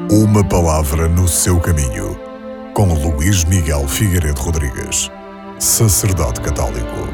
Uma palavra no seu caminho, com Luís Miguel Figueiredo Rodrigues, sacerdote católico.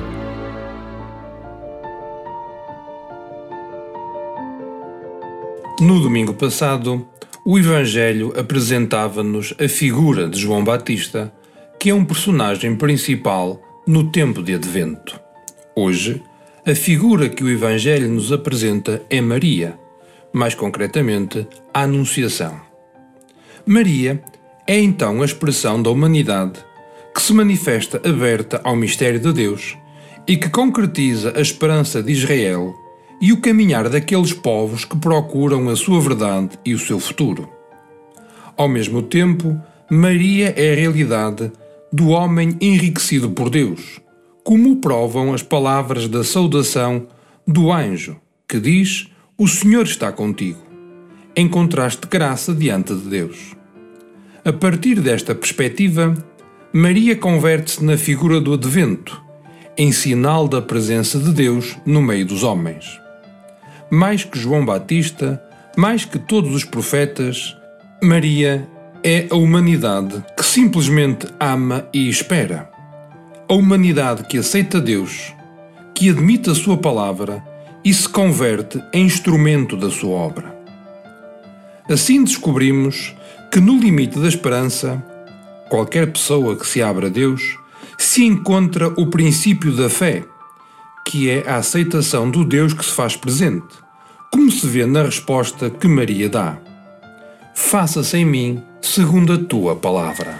No domingo passado, o Evangelho apresentava-nos a figura de João Batista, que é um personagem principal no tempo de Advento. Hoje, a figura que o Evangelho nos apresenta é Maria, mais concretamente, a Anunciação. Maria é então a expressão da humanidade que se manifesta aberta ao mistério de Deus e que concretiza a esperança de Israel e o caminhar daqueles povos que procuram a sua verdade e o seu futuro. Ao mesmo tempo, Maria é a realidade do homem enriquecido por Deus, como o provam as palavras da saudação do anjo, que diz: "O Senhor está contigo". Encontraste graça diante de Deus. A partir desta perspectiva, Maria converte-se na figura do Advento, em sinal da presença de Deus no meio dos homens. Mais que João Batista, mais que todos os profetas, Maria é a humanidade que simplesmente ama e espera. A humanidade que aceita Deus, que admite a sua palavra e se converte em instrumento da sua obra. Assim descobrimos que no limite da esperança, qualquer pessoa que se abra a Deus se encontra o princípio da fé, que é a aceitação do Deus que se faz presente, como se vê na resposta que Maria dá: "Faça-se em mim segundo a tua palavra".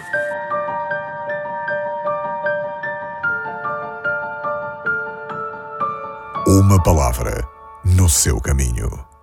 Uma palavra no seu caminho.